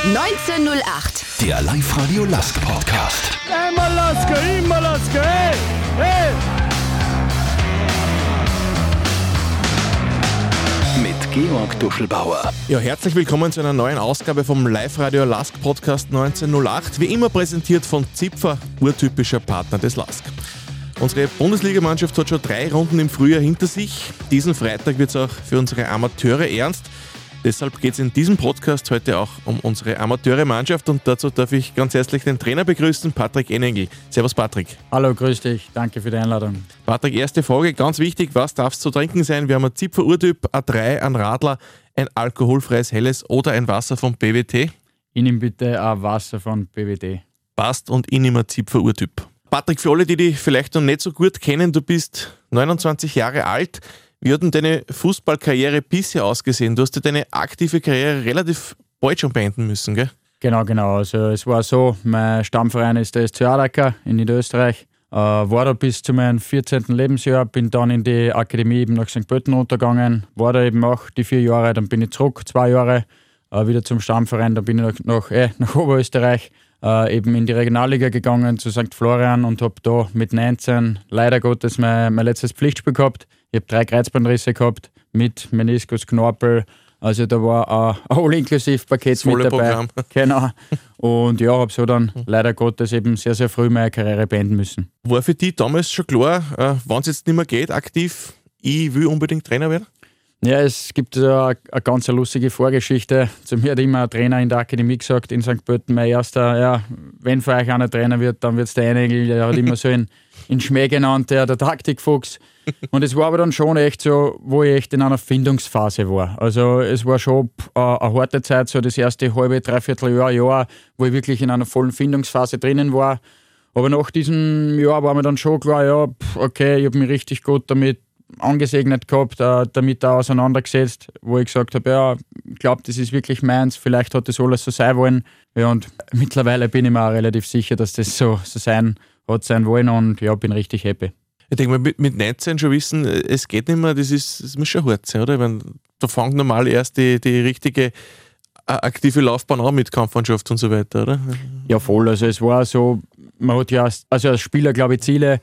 1908. Der Live-Radio Lask Podcast. Immer Laske, hey, hey! Mit Georg Duschelbauer. Ja, herzlich willkommen zu einer neuen Ausgabe vom Live-Radio Lask Podcast 1908. Wie immer präsentiert von Zipfer, urtypischer Partner des Lask. Unsere Bundesligamannschaft hat schon 3 Runden im Frühjahr hinter sich. Diesen Freitag wird es auch für unsere Amateure ernst. Deshalb geht es in diesem Podcast heute auch um unsere Amateure-Mannschaft und dazu darf ich ganz herzlich den Trainer begrüßen, Patrick Enengl. Servus Patrick. Hallo, grüß dich, danke für die Einladung. Patrick, erste Frage, ganz wichtig, was darf es zu trinken sein? Wir haben ein Zipfer-Urtyp, A3, ein Radler, ein alkoholfreies Helles oder ein Wasser von BWT? Ich nehme bitte ein Wasser von BWT. Passt und ich nehme ein Zipfer-Urtyp. Patrick, für alle, die dich vielleicht noch nicht so gut kennen, du bist 29 Jahre alt. Wie hat denn deine Fußballkarriere bisher ausgesehen? Du hast ja deine aktive Karriere relativ bald schon beenden müssen, gell? Genau. Also es war so, mein Stammverein ist der SC Aardacker in Niederösterreich. War da bis zu meinem 14. Lebensjahr, bin dann in die Akademie eben nach St. Pölten runtergegangen, war da eben auch die 4 Jahre, dann bin ich zurück, 2 Jahre, wieder zum Stammverein, dann bin ich nach Oberösterreich, eben in die Regionalliga gegangen zu St. Florian und habe da mit 19 leider Gottes mein letztes Pflichtspiel gehabt. Ich habe 3 Kreuzbandrisse gehabt mit Meniskus, Knorpel. Also da war ein All-Inklusiv-Paket mit dabei. Programm. Genau. Und ja, habe so dann leider Gottes eben sehr, sehr früh meine Karriere beenden müssen. War für dich damals schon klar, wenn es jetzt nicht mehr geht, aktiv, ich will unbedingt Trainer werden? Ja, es gibt eine ganz lustige Vorgeschichte. Zu mir hat immer ein Trainer in der Akademie gesagt, in St. Pölten, mein erster, ja, wenn für euch einer Trainer wird, dann wird es der Enengl, der hat immer so in Schmäh genannt, der Taktikfuchs. Und es war aber dann schon echt so, wo ich echt in einer Findungsphase war. Also es war schon eine harte Zeit, so das erste halbe, dreiviertel Jahr, wo ich wirklich in einer vollen Findungsphase drinnen war. Aber nach diesem Jahr war mir dann schon klar, ja, okay, ich habe mich richtig gut damit angesegnet gehabt, damit auch auseinandergesetzt, wo ich gesagt habe, ja, ich glaube, das ist wirklich meins, vielleicht hat das alles so sein wollen. Ja, und mittlerweile bin ich mir auch relativ sicher, dass das so sein wollen und ja, bin richtig happy. Ich denke mal, mit 19 schon wissen, es geht nicht mehr, das muss schon hart sein, oder? Wenn, da fängt normal erst die richtige aktive Laufbahn an mit Kampfmannschaft und so weiter, oder? Ja, voll. Also es war so, man hat ja als Spieler, glaube ich, Ziele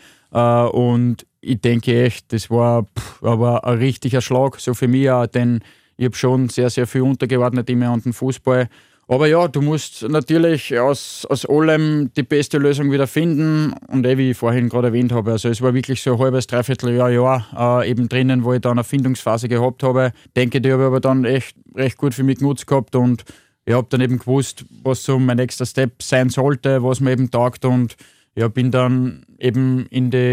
und ich denke echt, das war aber ein richtiger Schlag, so für mich auch, denn ich habe schon sehr, sehr viel untergeordnet immer an den Fußball. Aber ja, du musst natürlich aus allem die beste Lösung wieder finden. Und wie ich vorhin gerade erwähnt habe, also es war wirklich so ein halbes, dreiviertel Jahr eben drinnen, wo ich dann eine Findungsphase gehabt habe. Denke, die habe ich aber dann echt recht gut für mich genutzt gehabt und ich habe dann eben gewusst, was so mein nächster Step sein sollte, was mir eben taugt und ja, bin dann eben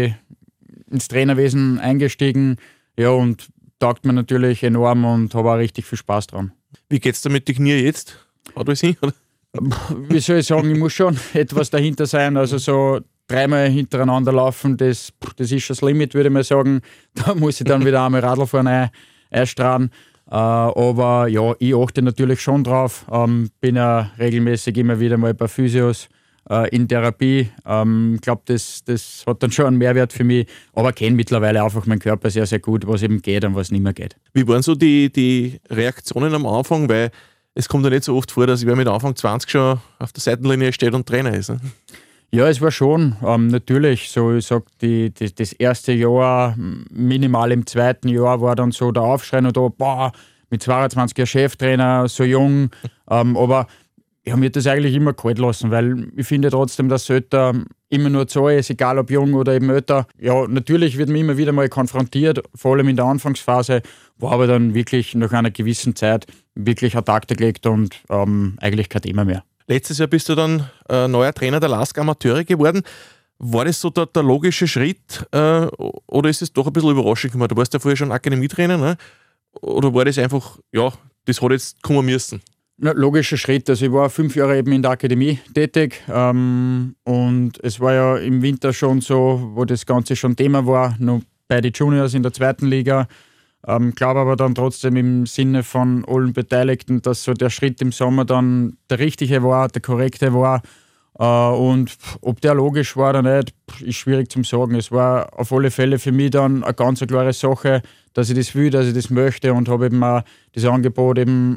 ins Trainerwesen eingestiegen. Ja, und taugt mir natürlich enorm und habe auch richtig viel Spaß dran. Wie geht's da mit den Knie jetzt? Hat alles hin, oder? Wie soll ich sagen, ich muss schon etwas dahinter sein. Also so 3-mal hintereinander laufen, das ist schon das Limit, würde ich mal sagen. Da muss ich dann wieder einmal Radl fahren einstrahlen. Aber ja, ich achte natürlich schon drauf. Bin ja regelmäßig immer wieder mal bei Physios in Therapie. Ich glaube, das hat dann schon einen Mehrwert für mich. Aber kenne mittlerweile einfach meinen Körper sehr, sehr gut, was eben geht und was nicht mehr geht. Wie waren so die Reaktionen am Anfang? Weil es kommt ja nicht so oft vor, dass wer mit Anfang 20 schon auf der Seitenlinie steht und Trainer ist. Ne? Ja, es war schon natürlich so, ich sag, das erste Jahr, minimal im zweiten Jahr war dann so der Aufschrei und da, mit 22 Jahren Cheftrainer, so jung, aber ich habe mir das eigentlich immer kalt lassen, weil ich finde trotzdem, dass älter immer nur so ist, egal ob jung oder eben älter. Ja, natürlich wird man immer wieder mal konfrontiert, vor allem in der Anfangsphase, war aber dann wirklich nach einer gewissen Zeit wirklich ad acta gelegt und eigentlich kein Thema mehr. Letztes Jahr bist du dann neuer Trainer der Lask Amateure geworden. War das so der logische Schritt oder ist es doch ein bisschen überraschend gemacht? Du warst ja vorher schon Akademietrainer, ne? Oder war das einfach, ja, das hat jetzt kommen müssen? Na, logischer Schritt. Also ich war 5 Jahre eben in der Akademie tätig und es war ja im Winter schon so, wo das Ganze schon Thema war, noch bei den Juniors in der 2. Liga. Glaube aber dann trotzdem im Sinne von allen Beteiligten, dass so der Schritt im Sommer dann der richtige war, der korrekte war. Und ob der logisch war oder nicht, ist schwierig zu sagen. Es war auf alle Fälle für mich dann eine ganz klare Sache, dass ich das will, dass ich das möchte und habe eben auch das Angebot eben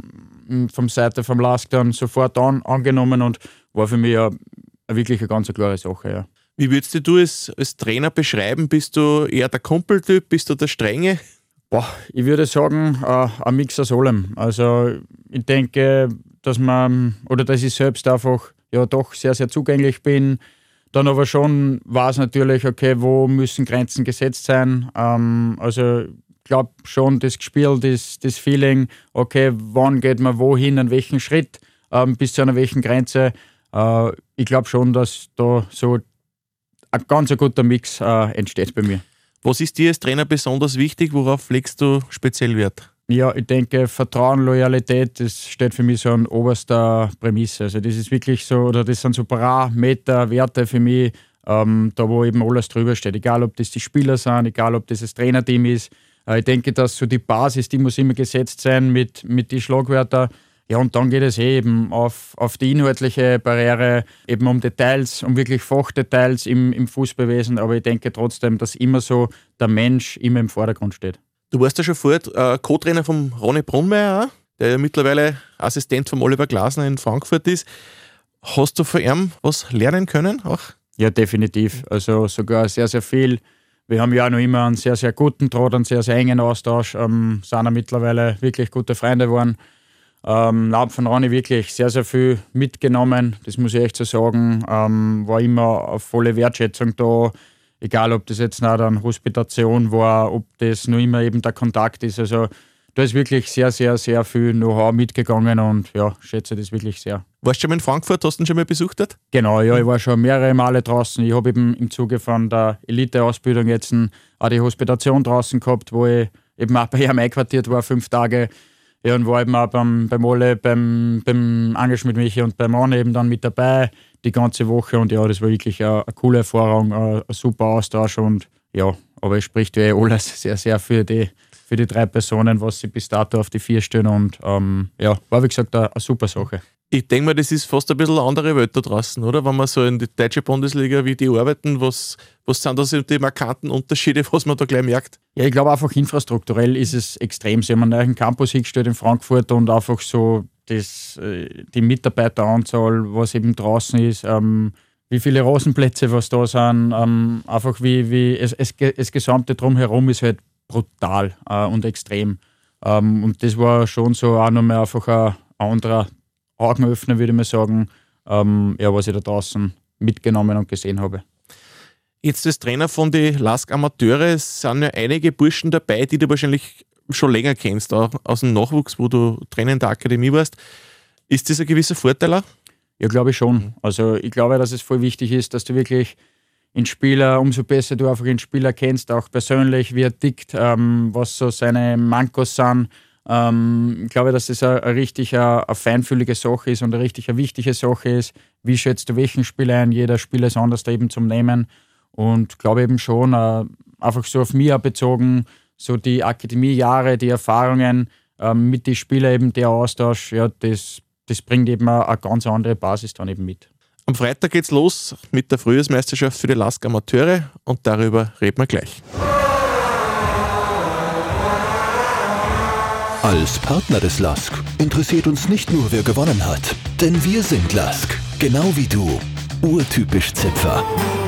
vom Seite vom LASK dann sofort angenommen und war für mich wirklich eine ganz klare Sache. Ja. Wie würdest du als Trainer beschreiben? Bist du eher der Kumpeltyp? Bist du der Strenge? Ich würde sagen, ein Mix aus allem. Also ich denke, dass ich selbst einfach ja doch sehr, sehr zugänglich bin. Dann aber schon war es natürlich, okay, wo müssen Grenzen gesetzt sein. Also ich glaube schon, das Gespiel, das Feeling, okay, wann geht man wohin, an welchen Schritt, bis zu einer welchen Grenze. Ich glaube schon, dass da so ein ganz guter Mix entsteht bei mir. Was ist dir als Trainer besonders wichtig? Worauf legst du speziell Wert? Ja, ich denke, Vertrauen, Loyalität, das steht für mich so an oberster Prämisse. Also das ist wirklich so, oder das sind so Parameter, Werte für mich, da wo eben alles drüber steht. Egal, ob das die Spieler sind, egal, ob das das Trainerteam ist. Ich denke, dass so die Basis, die muss immer gesetzt sein mit den Schlagwörtern. Ja, und dann geht es eben auf die inhaltliche Barriere, eben um Details, um wirklich Fachdetails im Fußballwesen. Aber ich denke trotzdem, dass immer so der Mensch immer im Vordergrund steht. Du warst ja schon vorher Co-Trainer von Ronny Brunmeier, der ja mittlerweile Assistent von Oliver Glasner in Frankfurt ist. Hast du von ihm was lernen können auch? Ja, definitiv. Also sogar sehr, sehr viel. Wir haben ja auch noch immer einen sehr, sehr guten Draht, einen sehr, sehr engen Austausch. Sind ja mittlerweile wirklich gute Freunde geworden. Von Ronny wirklich sehr, sehr viel mitgenommen, das muss ich echt so sagen. War immer auf volle Wertschätzung da, egal ob das jetzt noch dann Hospitation war, ob das nur immer eben der Kontakt ist. Also da ist wirklich sehr, sehr, sehr viel Know-how mitgegangen und ja, schätze das wirklich sehr. Warst du schon mal in Frankfurt? Hast du ihn schon mal besucht dort? Genau, ja, ich war schon mehrere Male draußen. Ich habe eben im Zuge von der Elite-Ausbildung jetzt auch die Hospitation draußen gehabt, wo ich eben auch bei ihm einquartiert war, 5 Tage. Ja, und war eben auch beim Ole, beim Angel mit Michi und beim Arne eben dann mit dabei die ganze Woche. Und ja, das war wirklich eine coole Erfahrung, ein super Austausch. Und ja, aber es spricht ja alles sehr, sehr für die 3 Personen, was sie bis dato auf die 4 stehen. Und ja, war wie gesagt eine super Sache. Ich denke mal, das ist fast ein bisschen eine andere Welt da draußen, oder? Wenn man so in die deutsche Bundesliga, wie die arbeiten, was sind da so die markanten Unterschiede, was man da gleich merkt? Ja, ich glaube einfach infrastrukturell ist es extrem. Sie haben einen neuen Campus hingestellt in Frankfurt und einfach so die Mitarbeiteranzahl, was eben draußen ist, wie viele Rasenplätze, was da sind, einfach wie das Gesamte drumherum ist halt brutal und extrem. Und das war schon so auch nochmal einfach ein anderer Augenöffner, würde ich mal sagen, was ich da draußen mitgenommen und gesehen habe. Jetzt als Trainer von den LASK Amateure sind ja einige Burschen dabei, die du wahrscheinlich schon länger kennst, auch aus dem Nachwuchs, wo du Trainer in der Akademie warst. Ist das ein gewisser Vorteil auch? Ja, glaube ich schon. Also ich glaube, dass es voll wichtig ist, dass du wirklich den Spieler, umso besser du einfach den Spieler kennst, auch persönlich, wie er tickt, was so seine Mankos sind. Ich glaube, dass das eine richtig eine feinfühlige Sache ist und eine richtig eine wichtige Sache ist. Wie schätzt du welchen Spieler ein? Jeder Spieler ist anders da eben zum Nehmen. Und glaube eben schon, einfach so auf mich bezogen, so die Akademiejahre, die Erfahrungen mit den Spielern, eben der Austausch, ja, das bringt eben eine ganz andere Basis dann eben mit. Am Freitag geht's los mit der Frühjahrsmeisterschaft für die LASK Amateure und darüber reden wir gleich. Als Partner des LASK interessiert uns nicht nur, wer gewonnen hat, denn wir sind LASK, genau wie du, urtypisch Zipfer.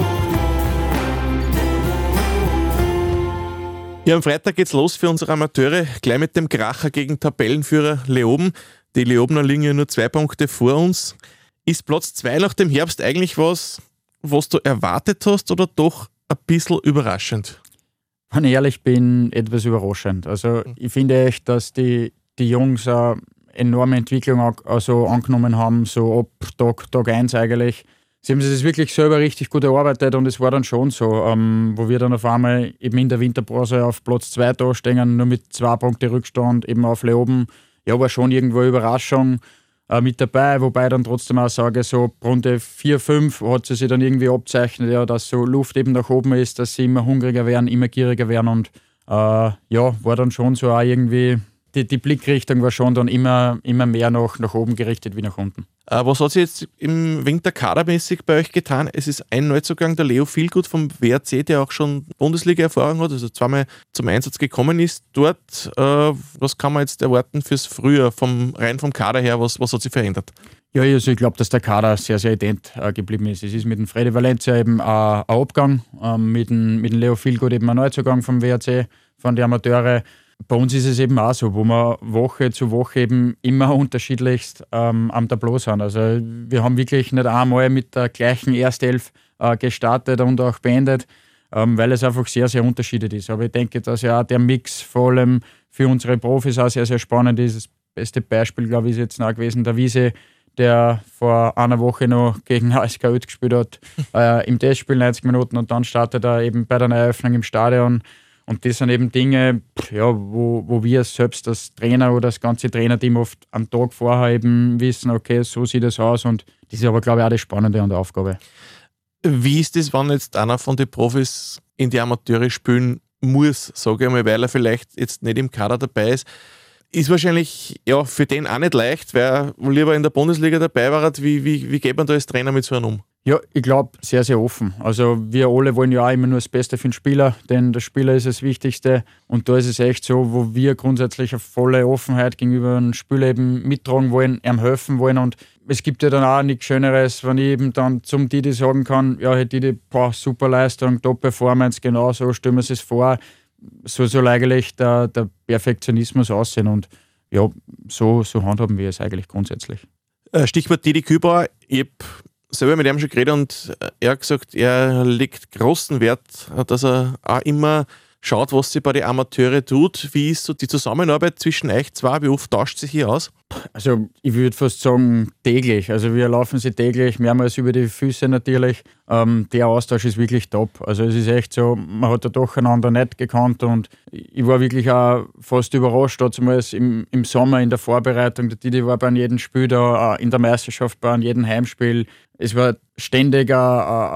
Ja, am Freitag geht's los für unsere Amateure, gleich mit dem Kracher gegen Tabellenführer Leoben. Die Leobner liegen ja nur 2 Punkte vor uns. Ist Platz 2 nach dem Herbst eigentlich was du erwartet hast oder doch ein bisschen überraschend? Wenn ich ehrlich bin, etwas überraschend. Also ich finde echt, dass die Jungs eine enorme Entwicklung also angenommen haben, so ab Tag 1 eigentlich. Sie haben sich das wirklich selber richtig gut erarbeitet und es war dann schon so, wo wir dann auf einmal eben in der Winterpause auf Platz 2 da stehen, nur mit 2 Punkte Rückstand eben auf Leoben. Ja, war schon irgendwo eine Überraschung mit dabei, wobei ich dann trotzdem auch sage, so Runde 4, 5 hat sie sich dann irgendwie abzeichnet, ja, dass so Luft eben nach oben ist, dass sie immer hungriger werden, immer gieriger werden und war dann schon so auch irgendwie die Blickrichtung war schon dann immer mehr nach oben gerichtet wie nach unten. Was hat sich jetzt im Winter kadermäßig bei euch getan? Es ist ein Neuzugang, der Leo Feelgood vom WRC, der auch schon Bundesliga-Erfahrung hat, also zweimal zum Einsatz gekommen ist dort. Was kann man jetzt erwarten fürs Frühjahr, rein vom Kader her? Was hat sich verändert? Ja, also ich glaube, dass der Kader sehr, sehr ident geblieben ist. Es ist mit dem Freddy Valencia eben ein Abgang, mit dem Leo Feelgood eben ein Neuzugang vom WRC, von den Amateure. Bei uns ist es eben auch so, wo wir Woche zu Woche eben immer unterschiedlichst am Tableau sind. Also wir haben wirklich nicht einmal mit der gleichen Erstelf gestartet und auch beendet, weil es einfach sehr, sehr unterschiedlich ist. Aber ich denke, dass ja auch der Mix vor allem für unsere Profis auch sehr, sehr spannend ist. Das beste Beispiel, glaube ich, ist jetzt noch gewesen der Wiese, der vor einer Woche noch gegen ASK Öd gespielt hat, im Testspiel 90 Minuten und dann startet er eben bei der Eröffnung im Stadion. Und das sind eben Dinge, ja, wo wir selbst als Trainer oder das ganze Trainerteam oft am Tag vorher eben wissen, okay, so sieht es aus. Und das ist aber, glaube ich, auch das Spannende an der Aufgabe. Wie ist das, wenn jetzt einer von den Profis in die Amateure spielen muss, sage ich mal, weil er vielleicht jetzt nicht im Kader dabei ist? Ist wahrscheinlich ja, für den auch nicht leicht, weil er lieber in der Bundesliga dabei war. Wie geht man da als Trainer mit so einem um? Ja, ich glaube, sehr, sehr offen. Also wir alle wollen ja auch immer nur das Beste für den Spieler, denn der Spieler ist das Wichtigste. Und da ist es echt so, wo wir grundsätzlich eine volle Offenheit gegenüber dem Spieler eben mittragen wollen, ihm helfen wollen. Und es gibt ja dann auch nichts Schöneres, wenn ich eben dann zum Didi sagen kann, ja, hey Didi, super Leistung, Top-Performance, genau so stellen wir es vor. So soll eigentlich der Perfektionismus aussehen. Und ja, so handhaben wir es eigentlich grundsätzlich. Stichwort Didi Kübauer. Ich habe selber mit ihm schon geredet und er hat gesagt, er legt großen Wert, dass er auch immer schaut, was sie bei den Amateuren tut. Wie ist so die Zusammenarbeit zwischen euch zwei? Wie oft tauscht sie hier aus? Also ich würde fast sagen täglich. Also wir laufen sie täglich, mehrmals über die Füße natürlich. Der Austausch ist wirklich top. Also es ist echt so, man hat ja doch einander nicht gekannt und ich war wirklich auch fast überrascht, damals im Sommer in der Vorbereitung. Der Didi war bei jedem Spiel da, in der Meisterschaft bei jedem Heimspiel. Es war ständig ein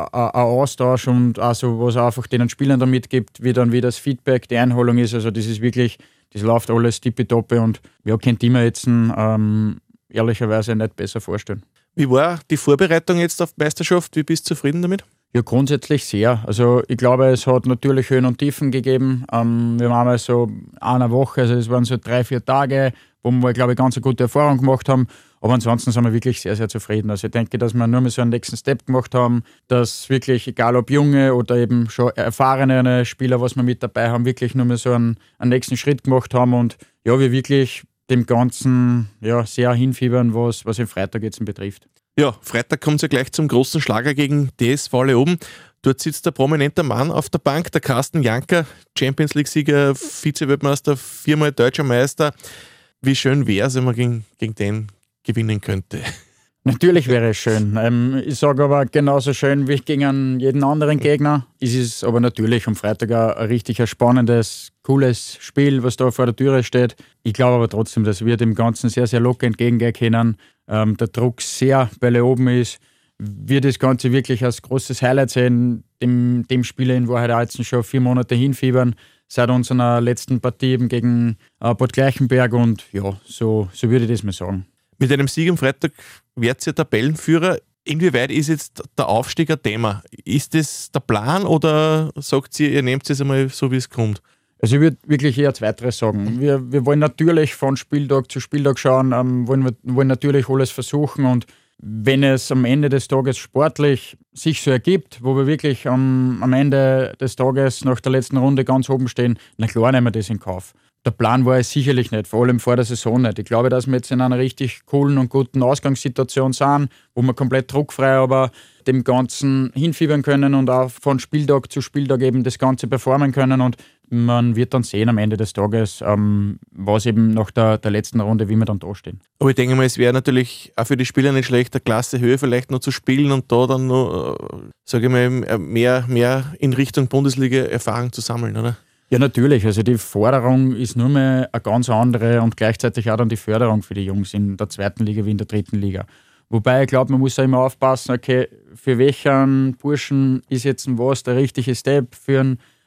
Austausch und also was er einfach den Spielern da mitgibt, wie dann wieder das Feedback, die Einholung ist. Also das ist wirklich, das läuft alles tippitoppi und ja, könnte ich mir jetzt ehrlicherweise nicht besser vorstellen. Wie war die Vorbereitung jetzt auf die Meisterschaft? Wie bist du zufrieden damit? Ja, grundsätzlich sehr. Also ich glaube, es hat natürlich Höhen und Tiefen gegeben. Wir haben einmal so eine Woche, also es waren so 3-4 Tage, wo wir, glaube ich, ganz eine gute Erfahrung gemacht haben. Aber ansonsten sind wir wirklich sehr, sehr zufrieden. Also ich denke, dass wir nur mal so einen nächsten Step gemacht haben, dass wirklich, egal ob junge oder eben schon erfahrene Spieler, was wir mit dabei haben, wirklich nur mal so einen nächsten Schritt gemacht haben und ja, wir wirklich dem Ganzen ja, sehr hinfiebern, was den Freitag jetzt betrifft. Ja, Freitag kommt es ja gleich zum großen Schlager gegen DSV Leoben. Dort sitzt der prominente Mann auf der Bank, der Carsten Janker, Champions League-Sieger, Vize-Weltmeister, 4-mal Deutscher Meister. Wie schön wäre es, wenn man gegen den gewinnen könnte? Natürlich wäre es schön. Ich sage aber genauso schön wie gegen jeden anderen Gegner. Es ist aber natürlich am Freitag ein richtig spannendes, cooles Spiel, was da vor der Türe steht. Ich glaube aber trotzdem, dass wir dem Ganzen sehr, sehr locker entgegengehen können. Der Druck sehr bei Leoben ist. Wir das Ganze wirklich als großes Highlight sehen, dem Spieler in Wahrheit auch jetzt schon 4 Monate hinfiebern, seit unserer letzten Partie eben gegen Bad Gleichenberg und ja, so würde ich das mal sagen. Mit einem Sieg am Freitag werdet ihr Tabellenführer. Inwieweit ist jetzt der Aufstieg ein Thema? Ist das der Plan oder sagt ihr nehmt es einmal so, wie es kommt? Also ich würde wirklich eher Zweiteres sagen. Wir wollen natürlich von Spieltag zu Spieltag schauen, wollen natürlich alles versuchen und wenn es am Ende des Tages sportlich sich so ergibt, wo wir wirklich am Ende des Tages nach der letzten Runde ganz oben stehen, na klar nehmen wir das in Kauf. Der Plan war es sicherlich nicht, vor allem vor der Saison nicht. Ich glaube, dass wir jetzt in einer richtig coolen und guten Ausgangssituation sind, wo wir komplett druckfrei aber dem Ganzen hinfiebern können und auch von Spieltag zu Spieltag eben das Ganze performen können und man wird dann sehen am Ende des Tages, was eben nach der letzten Runde, wie wir dann da stehen. Aber ich denke mal, es wäre natürlich auch für die Spieler nicht schlecht, eine Klasse Höhe vielleicht noch zu spielen und da dann noch, sage ich mal, mehr in Richtung Bundesliga Erfahrung zu sammeln, oder? Ja, natürlich. Also die Forderung ist nur mehr eine ganz andere und gleichzeitig auch dann die Förderung für die Jungs in der 2. Liga wie in der 3. Liga. Wobei ich glaube, man muss auch immer aufpassen, okay, für welchen Burschen ist jetzt was der richtige Step für einen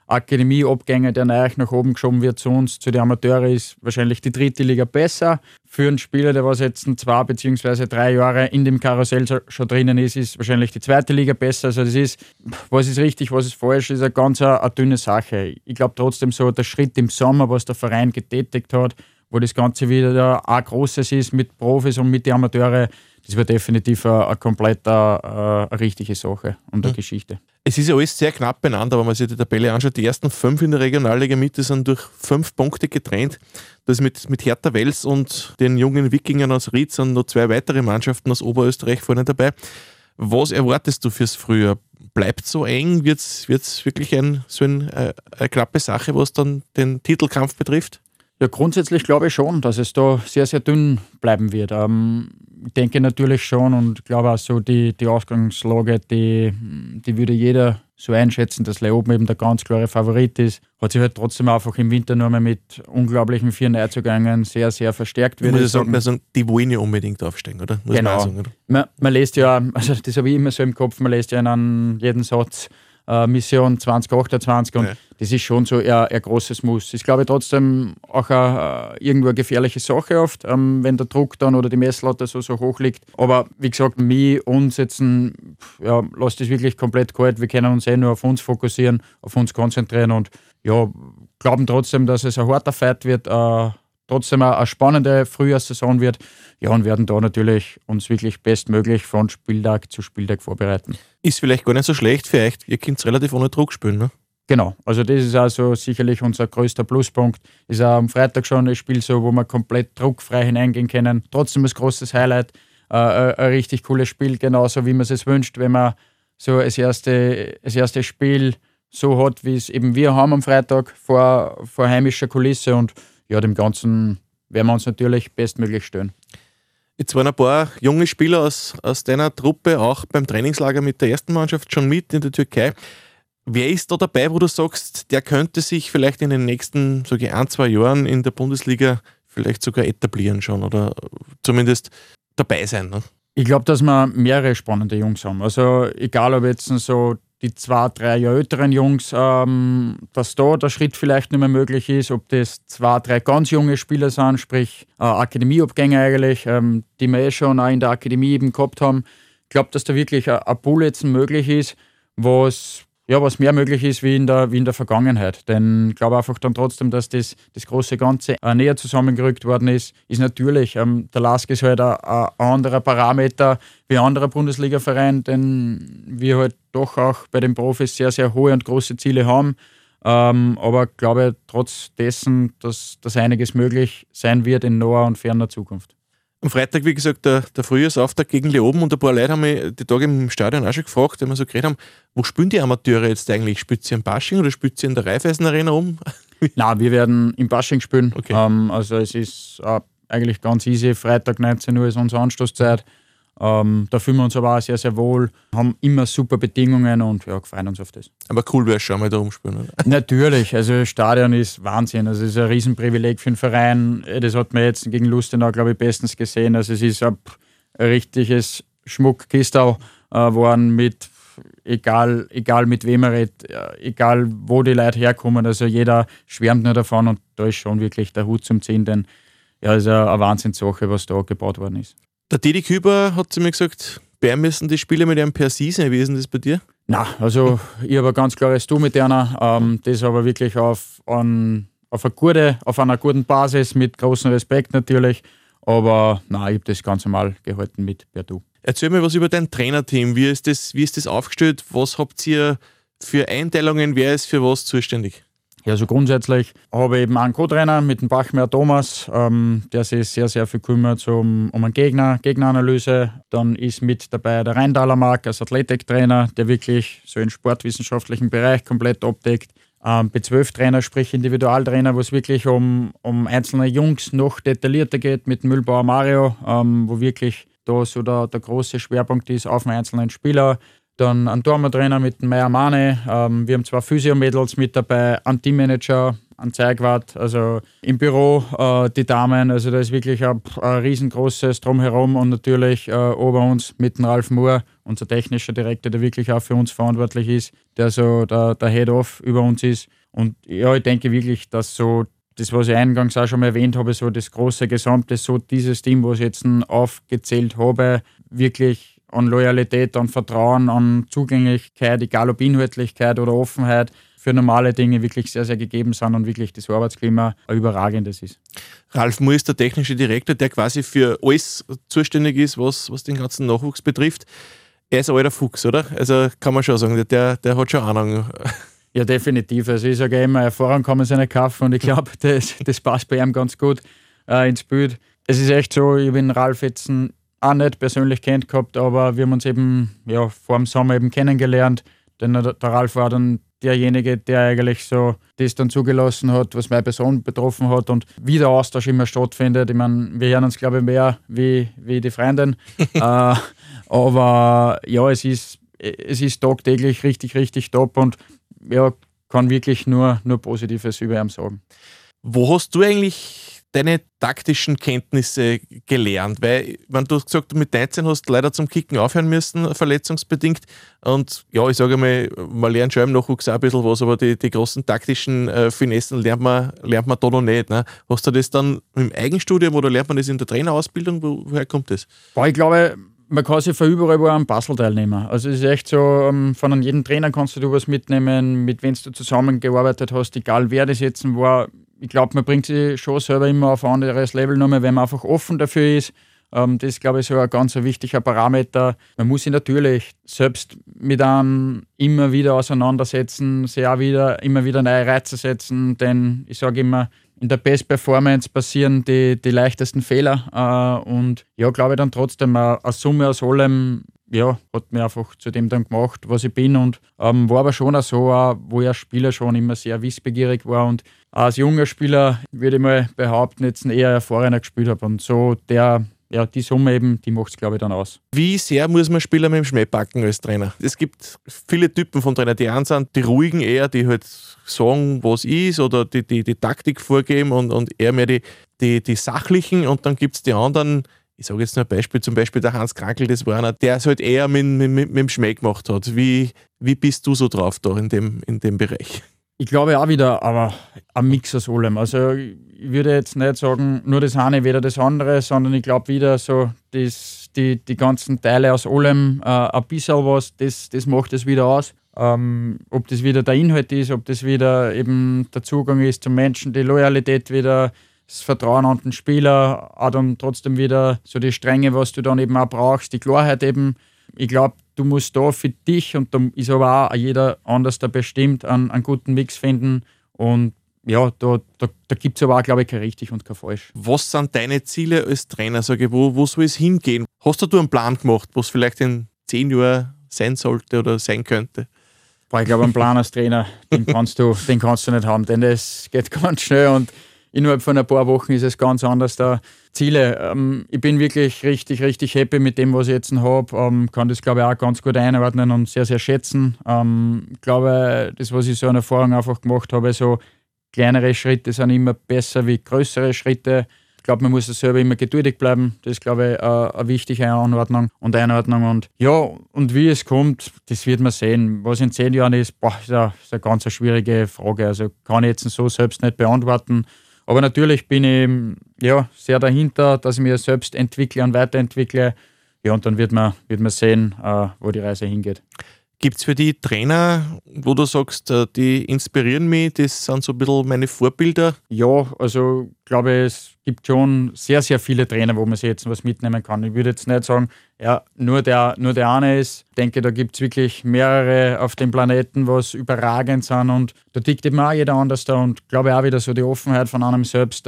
Akademieabgänger, der neu nach oben geschoben wird zu uns, zu den Amateuren, ist wahrscheinlich die 3. Liga besser. Für einen Spieler, der was jetzt 2 bzw. 3 Jahre in dem Karussell schon drinnen ist wahrscheinlich die 2. Liga besser. Also das ist, was ist richtig, was ist falsch, ist eine ganz eine dünne Sache. Ich glaube trotzdem so, der Schritt im Sommer, was der Verein getätigt hat, wo das Ganze wieder ein großes ist mit Profis und mit den Amateuren, das war definitiv eine komplett eine richtige Sache und eine Geschichte. Es ist ja alles sehr knapp beieinander, wenn man sich die Tabelle anschaut. Die ersten 5 in der Regionalliga Mitte sind durch 5 Punkte getrennt. Das mit Hertha Wels und den jungen Wikingern aus Ried sind noch 2 weitere Mannschaften aus Oberösterreich vorne dabei. Was erwartest du fürs Frühjahr? Bleibt so eng? Wird's wirklich eine knappe Sache, was dann den Titelkampf betrifft? Ja, grundsätzlich glaube ich schon, dass es da sehr, sehr dünn bleiben wird. Ich denke natürlich schon und glaube auch so die Ausgangslage, die würde jeder so einschätzen, dass Leoben eben der ganz klare Favorit ist. Hat sich halt trotzdem einfach im Winter nur mal mit unglaublichen 4 Neuzugängen sehr, sehr verstärkt. Ich muss sagen, die wollen ja unbedingt aufsteigen, oder? Muss genau. Man sagen, oder? Man lässt ja, also das habe ich immer so im Kopf, man lässt ja in jedem Satz Mission 2028 und das ist schon so ein großes Muss. Ist, glaube ich, trotzdem auch irgendwo eine gefährliche Sache oft, wenn der Druck dann oder die Messlatte so hoch liegt. Aber wie gesagt, uns jetzt lasst das wirklich komplett kalt. Wir können uns nur auf uns fokussieren, auf uns konzentrieren und glauben trotzdem, dass es ein harter Fight wird, trotzdem eine spannende Frühjahrssaison wird. Ja, und werden da natürlich uns wirklich bestmöglich von Spieltag zu Spieltag vorbereiten. Ist vielleicht gar nicht so schlecht für euch. Ihr könnt relativ ohne Druck spielen, ne? Genau, also das ist also sicherlich unser größter Pluspunkt. Ist auch am Freitag schon ein Spiel so, wo wir komplett druckfrei hineingehen können. Trotzdem ein großes Highlight, ein richtig cooles Spiel, genauso wie man es wünscht, wenn man so das erste Spiel so hat, wie es eben wir haben am Freitag vor heimischer Kulisse und ja, dem Ganzen werden wir uns natürlich bestmöglich stellen. Jetzt waren ein paar junge Spieler aus deiner Truppe auch beim Trainingslager mit der ersten Mannschaft schon mit in der Türkei. Wer ist da dabei, wo du sagst, der könnte sich vielleicht in den nächsten 1-2 Jahren in der Bundesliga vielleicht sogar etablieren schon oder zumindest dabei sein? Ne? Ich glaube, dass wir mehrere spannende Jungs haben. Also egal, ob jetzt so die 2-3 Jahre älteren Jungs, dass da der Schritt vielleicht nicht mehr möglich ist, ob das 2-3 ganz junge Spieler sind, sprich Akademieabgänger eigentlich, die wir schon auch in der Akademie eben gehabt haben. Ich glaube, dass da wirklich ein Pool jetzt möglich ist, was mehr möglich ist wie in der Vergangenheit. Denn ich glaube einfach dann trotzdem, dass das große Ganze näher zusammengerückt worden ist natürlich, der LASK ist halt ein anderer Parameter wie ein anderer Bundesliga-Verein, denn wir halt doch auch bei den Profis sehr, sehr hohe und große Ziele haben. Aber ich glaube trotz dessen, dass einiges möglich sein wird in naher und ferner Zukunft. Am Freitag, wie gesagt, der Frühjahrsauftakt gegen Leoben und ein paar Leute haben mich die Tage im Stadion auch schon gefragt, wenn wir so geredet haben, wo spielen die Amateure jetzt eigentlich? Spielt sie im Basching oder spielt sie in der Raiffeisen Arena um? Nein, wir werden im Basching spielen. Okay. Also es ist eigentlich ganz easy. Freitag 19 Uhr ist unsere Anstoßzeit. Da fühlen wir uns aber auch sehr, sehr wohl, haben immer super Bedingungen und freuen uns auf das. Aber cool wäre es schon mal da rumspielen, oder? Natürlich, also das Stadion ist Wahnsinn. Also es ist ein Riesenprivileg für den Verein. Das hat man jetzt gegen Lustenau, glaube ich, bestens gesehen. Also es ist ein richtiges Schmuckkistel geworden mit, egal mit wem er redet, egal wo die Leute herkommen. Also jeder schwärmt nur davon und da ist schon wirklich der Hut zum Ziehen, denn es ist eine Wahnsinnssache, was da gebaut worden ist. Der Didi Küber hat zu mir gesagt, bei ihm müssen die Spiele mit einem per Sie sein. Wie ist denn das bei dir? Nein, also ich habe ein ganz klares Du mit einer. Das aber wirklich auf einer guten Basis, mit großem Respekt natürlich. Aber nein, ich habe das ganz normal gehalten mit per Du. Erzähl mir was über dein Trainerteam. Wie ist das aufgestellt? Was habt ihr für Einteilungen? Wer ist für was zuständig? Ja, also grundsätzlich habe ich eben einen Co-Trainer mit dem Bachmeier Thomas, der sich sehr, sehr viel kümmert um eine Gegneranalyse. Dann ist mit dabei der Rheindaler Marc als Athletiktrainer, der wirklich so den sportwissenschaftlichen Bereich komplett abdeckt. B12-Trainer, sprich Individualtrainer, wo es wirklich um einzelne Jungs noch detaillierter geht, mit dem Mühlbauer Mario, wo wirklich da so der große Schwerpunkt ist auf einen einzelnen Spieler. Dann ein Torwarttrainer mit dem Meier Mane. Wir haben 2 Physio-Mädels mit dabei, einen Teammanager, einen Zeigwart, also im Büro die Damen. Also da ist wirklich ein riesengroßes Drumherum und natürlich ober uns mit dem Ralf Mohr, unser technischer Direktor, der wirklich auch für uns verantwortlich ist, der so der Head-Off über uns ist. Und ja, ich denke wirklich, dass so das, was ich eingangs auch schon mal erwähnt habe, so das große Gesamte, so dieses Team, was ich jetzt aufgezählt habe, wirklich an Loyalität, an Vertrauen, an Zugänglichkeit, egal ob Inhaltlichkeit oder Offenheit, für normale Dinge wirklich sehr, sehr gegeben sind und wirklich das Arbeitsklima ein überragendes ist. Ralf Muhr ist der technische Direktor, der quasi für alles zuständig ist, was den ganzen Nachwuchs betrifft. Er ist ein alter Fuchs, oder? Also kann man schon sagen, der hat schon Ahnung. Ja, definitiv. Also ich sage immer, Erfahrung kann man sich nicht kaufen und ich glaube, das passt bei ihm ganz gut ins Bild. Es ist echt so, ich habe den Ralf jetzt auch nicht persönlich kennt gehabt, aber wir haben uns eben vor dem Sommer eben kennengelernt. Denn der Ralf war dann derjenige, der eigentlich so das dann zugelassen hat, was meine Person betroffen hat und wie der Austausch immer stattfindet. Ich meine, wir hören uns, glaube ich, mehr wie die Freundin. Aber ja, es ist tagtäglich richtig, richtig top und ja, kann wirklich nur Positives über ihn sagen. Wo hast du eigentlich deine taktischen Kenntnisse gelernt? Weil, wenn du hast gesagt, mit 19 hast du leider zum Kicken aufhören müssen, verletzungsbedingt. Und ja, ich sage mal, man lernt schon im Nachwuchs auch ein bisschen was, aber die großen taktischen Finessen lernt man da noch nicht. Ne? Hast du das dann im Eigenstudium oder lernt man das in der Trainerausbildung? Woher kommt das? Ich glaube, man kann sich von überall wo am Puzzleteil nehmen. Also es ist echt so, von jedem Trainer kannst du was mitnehmen, mit wem du zusammengearbeitet hast, egal wer das jetzt war. Ich glaube, man bringt sich schon selber immer auf ein anderes Level nochmal, wenn man einfach offen dafür ist. Das ist, glaube ich, so ein ganz wichtiger Parameter. Man muss sich natürlich selbst mit einem immer wieder auseinandersetzen, sich auch immer wieder neue Reize setzen, denn ich sage immer, in der Best Performance passieren die leichtesten Fehler. Und ja, glaube ich dann trotzdem, eine Summe aus allem, ja, hat mir einfach zu dem dann gemacht, was ich bin. Und war aber schon auch so, wo ich als Spieler schon immer sehr wissbegierig war und als junger Spieler, würde ich mal behaupten, jetzt eher erfahrener gespielt habe. Und so die Summe eben, die macht es, glaube ich, dann aus. Wie sehr muss man Spieler mit dem Schmäh packen als Trainer? Es gibt viele Typen von Trainer, die einen sind die ruhigen eher, die halt sagen, was ist oder die Taktik vorgeben und eher mehr die sachlichen. Und dann gibt es die anderen, ich sage jetzt nur ein Beispiel, zum Beispiel der Hans Krankel, das war einer, der es halt eher mit dem Schmäh gemacht hat. Wie bist du so drauf da in dem Bereich? Ich glaube auch wieder, aber ein Mix aus allem. Also ich würde jetzt nicht sagen, nur das eine, weder das andere, sondern ich glaube wieder so, die ganzen Teile aus allem, ein bisschen was, das macht es wieder aus. Ob das wieder der Inhalt ist, ob das wieder eben der Zugang ist zum Menschen, die Loyalität wieder, das Vertrauen an den Spieler, auch dann trotzdem wieder so die Strenge, was du dann eben auch brauchst, die Klarheit eben. Ich glaube, du musst da für dich, und da ist aber auch jeder anders da bestimmt, einen guten Mix finden. Und ja, da gibt es aber auch, glaube ich, kein richtig und kein falsch. Was sind deine Ziele als Trainer? Sage ich, wo soll es hingehen? Hast du einen Plan gemacht, was vielleicht in 10 Jahren sein sollte oder sein könnte? Ich glaube, einen Plan als Trainer, den kannst du nicht haben, denn das geht ganz schnell und innerhalb von ein paar Wochen ist es ganz anders. Da Ziele. Ich bin wirklich richtig, richtig happy mit dem, was ich jetzt habe. Kann das, glaube ich, auch ganz gut einordnen und sehr, sehr schätzen. Ich glaube, das, was ich so an Erfahrung einfach gemacht habe, so kleinere Schritte sind immer besser wie größere Schritte. Ich glaube, man muss selber immer geduldig bleiben. Das ist, glaube ich, eine wichtige Einordnung. Und ja, und wie es kommt, das wird man sehen. Was in 10 Jahren ist, ist eine ganz schwierige Frage. Also kann ich jetzt so selbst nicht beantworten. Aber natürlich bin ich sehr dahinter, dass ich mich selbst entwickle und weiterentwickle. Ja, und dann wird man sehen, wo die Reise hingeht. Gibt es für die Trainer, wo du sagst, die inspirieren mich, das sind so ein bisschen meine Vorbilder? Ja, also ich glaube, es gibt schon sehr, sehr viele Trainer, wo man sich jetzt was mitnehmen kann. Ich würde jetzt nicht sagen, ja, nur der eine ist. Ich denke, da gibt es wirklich mehrere auf dem Planeten, was überragend sind und da tickt eben auch jeder anders da und glaube auch wieder so die Offenheit von einem selbst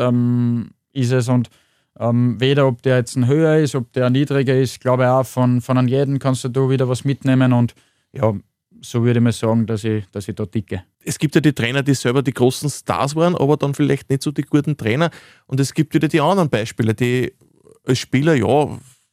ist es und weder ob der jetzt ein höher ist, ob der niedriger ist, glaube ich auch von einem jeden kannst du da wieder was mitnehmen und ja, so würde ich mal sagen, dass ich da ticke. Es gibt ja die Trainer, die selber die großen Stars waren, aber dann vielleicht nicht so die guten Trainer. Und es gibt wieder die anderen Beispiele, die als Spieler, ja,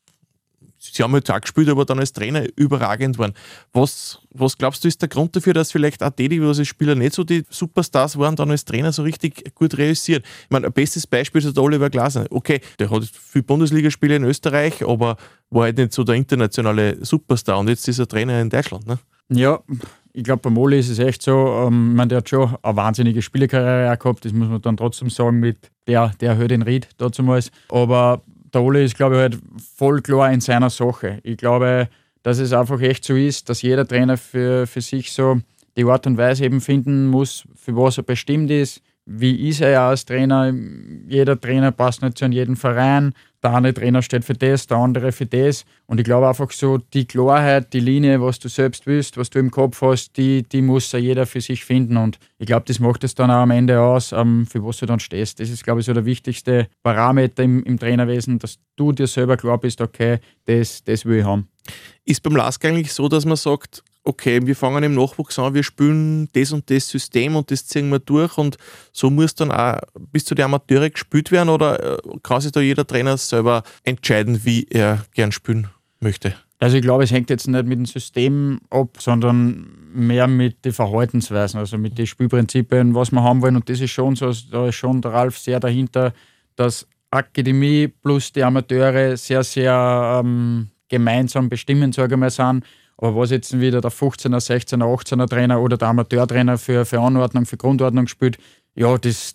sie haben halt auch gespielt, aber dann als Trainer überragend waren. Was glaubst du, ist der Grund dafür, dass vielleicht auch die als Spieler nicht so die Superstars waren, dann als Trainer so richtig gut realisiert? Ich meine, ein bestes Beispiel ist der Oliver Glasner. Okay, der hat viele Bundesligaspiele in Österreich, aber war halt nicht so der internationale Superstar und jetzt ist er Trainer in Deutschland, ne? Ja, Ich glaube, beim Oli ist es echt so, der hat schon eine wahnsinnige Spielerkarriere auch gehabt, das muss man dann trotzdem sagen, mit der Höhe den Ried dazumals. Aber der Oli ist, glaube ich, halt voll klar in seiner Sache. Ich glaube, dass es einfach echt so ist, dass jeder Trainer für sich so die Art und Weise eben finden muss, für was er bestimmt ist. Wie ist er ja als Trainer? Jeder Trainer passt nicht zu jedem Verein. Der eine Trainer steht für das, der andere für das. Und ich glaube einfach so, die Klarheit, die Linie, was du selbst willst, was du im Kopf hast, die muss ja jeder für sich finden. Und ich glaube, das macht es dann auch am Ende aus, für was du dann stehst. Das ist, glaube ich, so der wichtigste Parameter im Trainerwesen, dass du dir selber klar bist, okay, das will ich haben. Ist beim LASK eigentlich so, dass man sagt, okay, wir fangen im Nachwuchs an, wir spielen das und das System und das ziehen wir durch und so muss dann auch bis zu den Amateure gespielt werden oder kann sich da jeder Trainer selber entscheiden, wie er gern spielen möchte? Also ich glaube, es hängt jetzt nicht mit dem System ab, sondern mehr mit den Verhaltensweisen, also mit den Spielprinzipien, was wir haben wollen. Und das ist schon so, da ist schon der Ralf sehr dahinter, dass Akademie plus die Amateure sehr, sehr gemeinsam bestimmen, sage ich mal, sind. Aber was jetzt wieder der 15er, 16er, 18er Trainer oder der Amateurtrainer für Anordnung, für Grundordnung spielt, ja,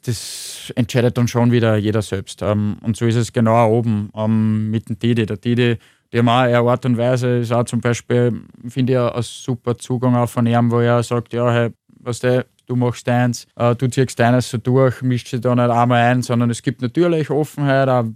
das entscheidet dann schon wieder jeder selbst. Und so ist es genau auch oben mit dem Didi. Der Didi, die haben auch eine Art und Weise, ist auch zum Beispiel, finde ich, ein super Zugang auch von ihm, wo er sagt, ja, hey, weißt du machst deins, du ziehst deines so durch, mischt sich da nicht einmal ein, sondern es gibt natürlich Offenheit, auch,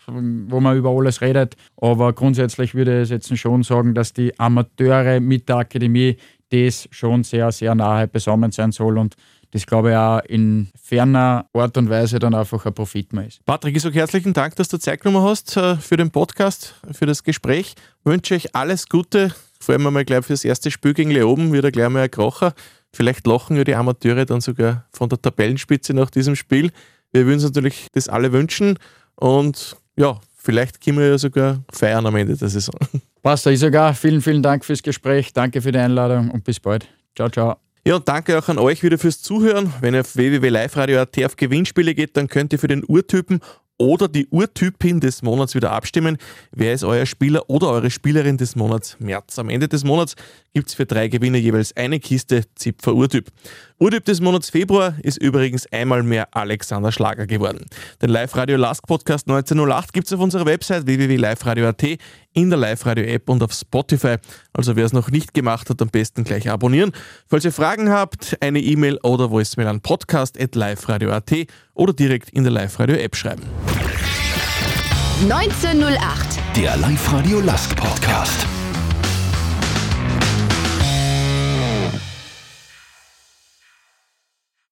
wo man über alles redet. Aber grundsätzlich würde ich jetzt schon sagen, dass die Amateure mit der Akademie das schon sehr, sehr nahe beisammen sein soll und das, glaube ich, auch in ferner Art und Weise dann einfach ein Profit mehr ist. Patrick, ich sage herzlichen Dank, dass du Zeit genommen hast für den Podcast, für das Gespräch. Ich wünsche euch alles Gute, vor allem einmal gleich fürs erste Spiel gegen Leoben, wieder gleich mal ein Kracher. Vielleicht lachen ja die Amateure dann sogar von der Tabellenspitze nach diesem Spiel. Wir würden uns natürlich das alle wünschen und ja, vielleicht können wir ja sogar feiern am Ende der Saison. Passt, ich sage auch vielen, vielen Dank fürs Gespräch, danke für die Einladung und bis bald. Ciao, ciao. Ja, und danke auch an euch wieder fürs Zuhören. Wenn ihr auf www.liveradio.at auf Gewinnspiele geht, dann könnt ihr für den Urtypen oder die Urtypin des Monats wieder abstimmen. Wer ist euer Spieler oder eure Spielerin des Monats März? Am Ende des Monats gibt es für 3 Gewinner jeweils eine Kiste Zipfer Urtyp. Urtyp des Monats Februar ist übrigens einmal mehr Alexander Schlager geworden. Den Live-Radio Lask Podcast 1908 gibt es auf unserer Website www.liveradio.at, in der Live-Radio-App und auf Spotify. Also wer es noch nicht gemacht hat, am besten gleich abonnieren. Falls ihr Fragen habt, eine E-Mail oder Voicemail an podcast@liveradio.at oder direkt in der Live-Radio-App schreiben. 1908. Der Live-Radio Lask Podcast.